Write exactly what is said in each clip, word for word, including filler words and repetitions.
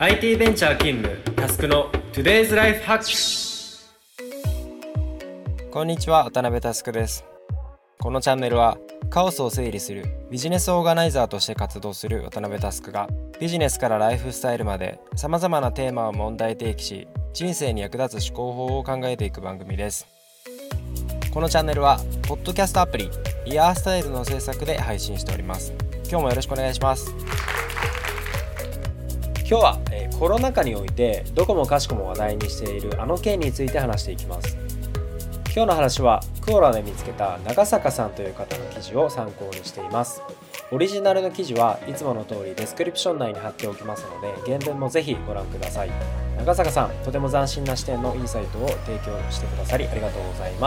アイティー ベンチャー勤務タスクの Today's Life Hack。 こんにちは、渡辺タスクです。このチャンネルはカオスを整理するビジネスオーガナイザーとして活動する渡辺タスクがビジネスからライフスタイルまでさまざまなテーマを問題提起し、人生に役立つ思考法を考えていく番組です。このチャンネルはポッドキャストアプリイヤースタイルの制作で配信しております。今日もよろしくお願いします。 今日は、えー、コロナ禍においてどこもかしこも話題にしているあの件について話していきます。今日の話はクオラで見つけた長坂さんという方の記事を参考にしています。オリジナルの記事はいつもの通りデスクリプション内に貼っておきますので、原文もぜひご覧ください。長坂さん、とても斬新な視点のインサイトを提供してくださりありがとうございます。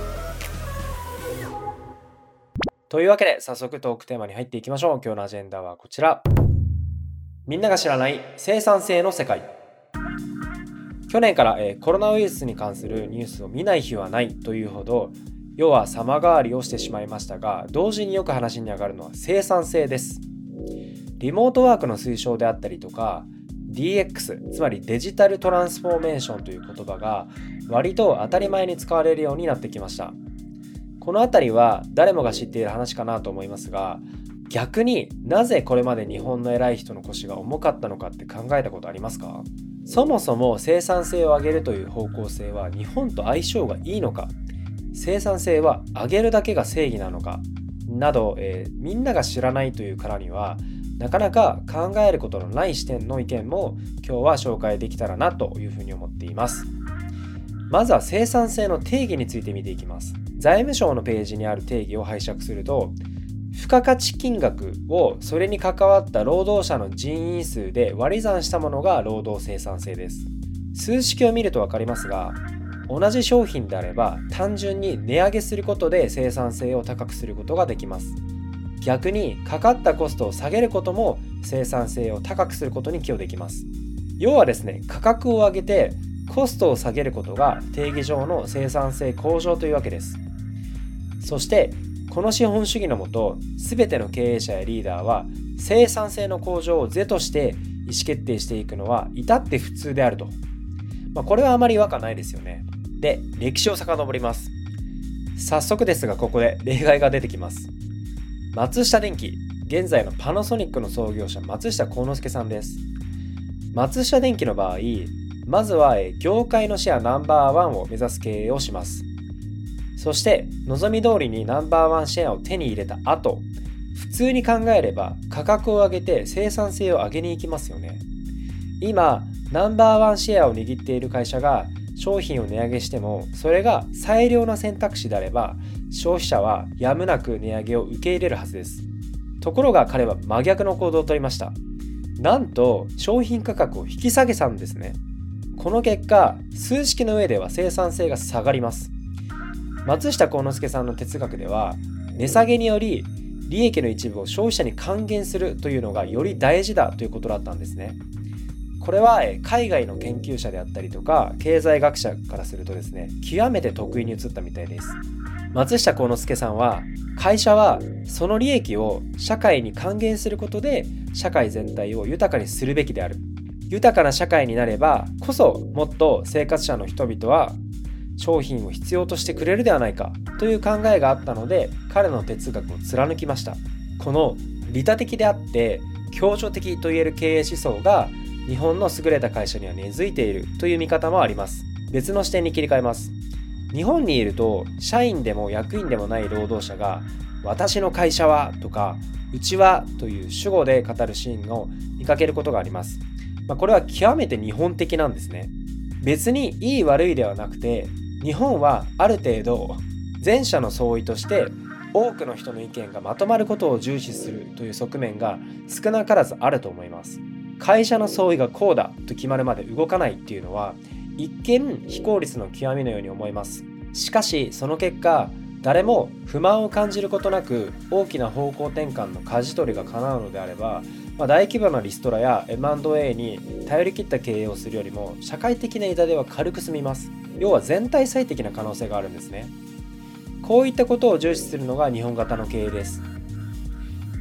というわけで早速トークテーマに入っていきましょう。今日のアジェンダはこちら。みんなが知らない生産性の世界。去年から、えー、コロナウイルスに関するニュースを見ない日はないというほど、要は様変わりをしてしまいましたが、同時によく話に上がるのは生産性です。リモートワークの推奨であったりとか ディーエックス、 つまりデジタルトランスフォーメーションという言葉が割と当たり前に使われるようになってきました。このあたりは誰もが知っている話かなと思いますが、逆になぜこれまで日本の偉い人の腰が重かったのかって考えたことありますか？そもそも生産性を上げるという方向性は日本と相性がいいのか、生産性は上げるだけが正義なのかなど、えー、みんなが知らないというからにはなかなか考えることのない視点の意見も今日は紹介できたらなというふうに思っています。まずは生産性の定義について見ていきます。財務省のページにある定義を拝借すると、付加価値金額をそれに関わった労働者の人員数で割り算したものが労働生産性です。数式を見ると分かりますが、同じ商品であれば単純に値上げすることで生産性を高くすることができます。逆にかかったコストを下げることも生産性を高くすることに寄与できます。要はですね、価格を上げてコストを下げることが定義上の生産性向上というわけです。そしてこの資本主義のもと、すべての経営者やリーダーは生産性の向上を是として意思決定していくのは至って普通であると。まあ、これはあまり違和感ないですよね。で、歴史を遡ります。早速ですがここで例外が出てきます。松下電器、現在のパナソニックの創業者松下幸之助さんです。松下電器の場合、まずは業界のシェアナンバーワンを目指す経営をします。そして望み通りにナンバーワンシェアを手に入れた後、普通に考えれば価格を上げて生産性を上げに行きますよね。今ナンバーワンシェアを握っている会社が商品を値上げしても、それが最良な選択肢であれば消費者はやむなく値上げを受け入れるはずです。ところが彼は真逆の行動をとりました。なんと商品価格を引き下げたんですね。この結果、数式の上では生産性が下がります。松下幸之助さんの哲学では、値下げにより利益の一部を消費者に還元するというのがより大事だということだったんですね。これは海外の研究者であったりとか経済学者からするとですね、極めて得意に映ったみたいです。松下幸之助さんは、会社はその利益を社会に還元することで社会全体を豊かにするべきである。豊かな社会になればこそもっと生活者の人々は商品を必要としてくれるではないかという考えがあったので、彼の哲学を貫きました。この利他的であって協調的といえる経営思想が日本の優れた会社には根付いているという見方もあります。別の視点に切り替えます。日本にいると社員でも役員でもない労働者が私の会社はとかうちはという主語で語るシーンを見かけることがあります。まあ、これは極めて日本的なんですね。別にいい悪いではなくて、日本はある程度前者の相違として多くの人の意見がまとまることを重視するという側面が少なからずあると思います。会社の相違がこうだと決まるまで動かないっていうのは一見非効率の極みのように思います。しかしその結果、誰も不満を感じることなく大きな方向転換の舵取りが叶うのであれば、まあ、大規模なリストラや エムアンドエー に頼り切った経営をするよりも社会的な痛手は軽く済みます。要は全体最適な可能性があるんですね。こういったことを重視するのが日本型の経営です。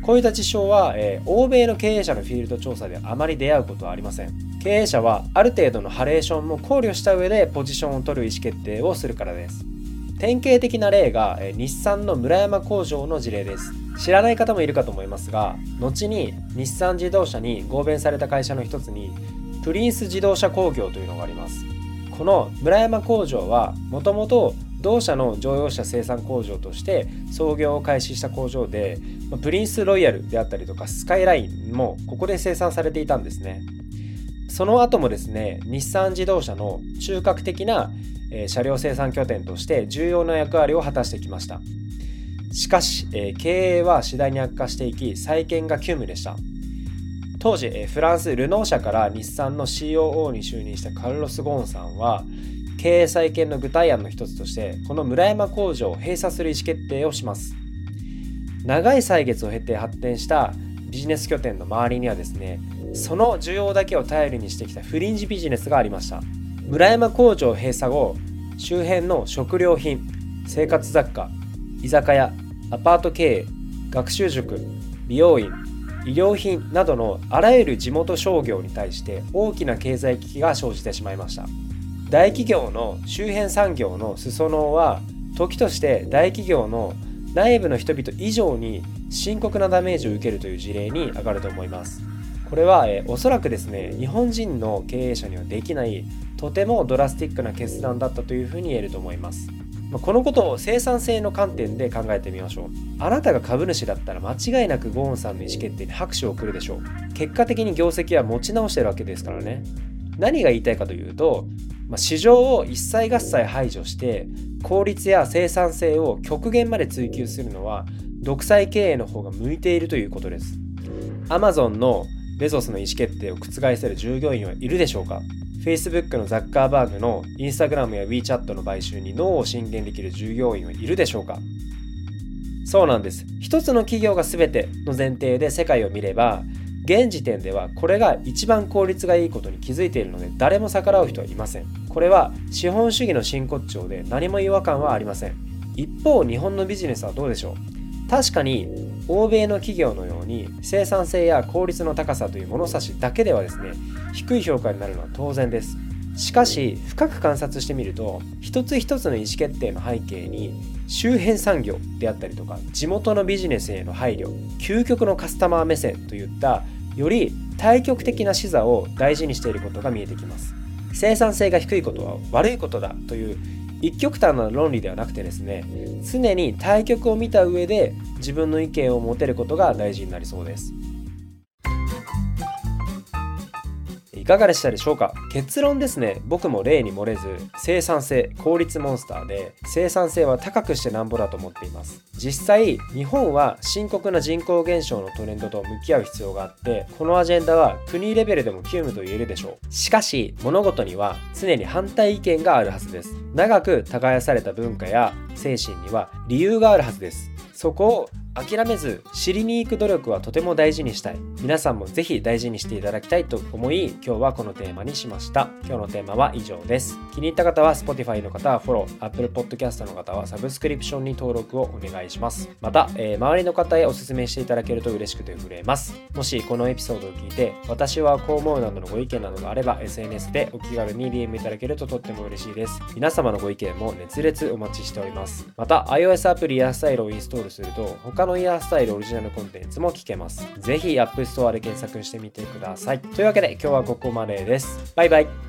こういった事象は、えー、欧米の経営者のフィールド調査であまり出会うことはありません。経営者はある程度のハレーションも考慮した上でポジションを取る意思決定をするからです。典型的な例が、えー、日産の村山工場の事例です。知らない方もいるかと思いますが、後に日産自動車に合弁された会社の一つにプリンス自動車工業というのがあります。この村山工場はもともと同社の乗用車生産工場として操業を開始した工場で、プリンスロイヤルであったりとかスカイラインもここで生産されていたんですね。その後もですね、日産自動車の中核的な車両生産拠点として重要な役割を果たしてきました。しかし経営は次第に悪化していき、再建が急務でした。当時フランスルノー社から日産の シーオーオー に就任したカルロス・ゴーンさんは、経営再建の具体案の一つとしてこの村山工場を閉鎖する意思決定をします。長い歳月を経て発展したビジネス拠点の周りにはですね、その需要だけを頼りにしてきたフリンジビジネスがありました。村山工場閉鎖後、周辺の食料品、生活雑貨、居酒屋、アパート経営、学習塾、美容院、医療品などのあらゆる地元商業に対して大きな経済危機が生じてしまいました。大企業の周辺産業の裾野は時として大企業の内部の人々以上に深刻なダメージを受けるという事例に上がると思います。これは、えー、おそらくですね、日本人の経営者にはできないとてもドラスティックな決断だったというふうに言えると思います。このことを生産性の観点で考えてみましょう。あなたが株主だったら間違いなくゴーンさんの意思決定に拍手を送るでしょう。結果的に業績は持ち直してるわけですからね。何が言いたいかというと、まあ、市場を一切合切排除して効率や生産性を極限まで追求するのは独裁経営の方が向いているということです。アマゾンのベゾスの意思決定を覆せる従業員はいるでしょうか。Facebook のザッカーバーグの Instagram や WeChat の買収にノーを進言できる従業員はいるでしょうか。そうなんです。一つの企業が全ての前提で世界を見れば、現時点ではこれが一番効率がいいことに気づいているので誰も逆らう人はいません。これは資本主義の真骨頂で何も違和感はありません。一方、日本のビジネスはどうでしょう。確かに欧米の企業のように生産性や効率の高さという物差しだけではですね、低い評価になるのは当然です。しかし深く観察してみると、一つ一つの意思決定の背景に周辺産業であったりとか地元のビジネスへの配慮、究極のカスタマー目線といったより対極的な視座を大事にしていることが見えてきます。生産性が低いことは悪いことだという一極端な論理ではなくてですね、常に対極を見た上で自分の意見を持てることが大事になりそうです。いかがでしたでしょうか。結論ですね、僕も例に漏れず生産性、効率モンスターで生産性は高くしてなんぼだと思っています。実際日本は深刻な人口減少のトレンドと向き合う必要があって、このアジェンダは国レベルでも急務と言えるでしょう。しかし物事には常に反対意見があるはずです。長く耕された文化や精神には理由があるはずです。そこを諦めず知りに行く努力はとても大事にしたい。皆さんもぜひ大事にしていただきたいと思い、今日はこのテーマにしました。今日のテーマは以上です。気に入った方は Spotify の方はフォロー、Apple Podcast の方はサブスクリプションに登録をお願いします。また、えー、周りの方へお勧めしていただけると嬉しくて震えます。もしこのエピソードを聞いて私はこう思うなどのご意見などがあれば エスエヌエス でお気軽に ディーエム いただけるととっても嬉しいです。皆様のご意見も熱烈お待ちしております。また iOS アプリイヤースタイルをインストールすると他のイヤースタイルオリジナルコンテンツも聞けます。ぜひ App Store で検索してみてください。というわけで今日はここまでです。バイバイ。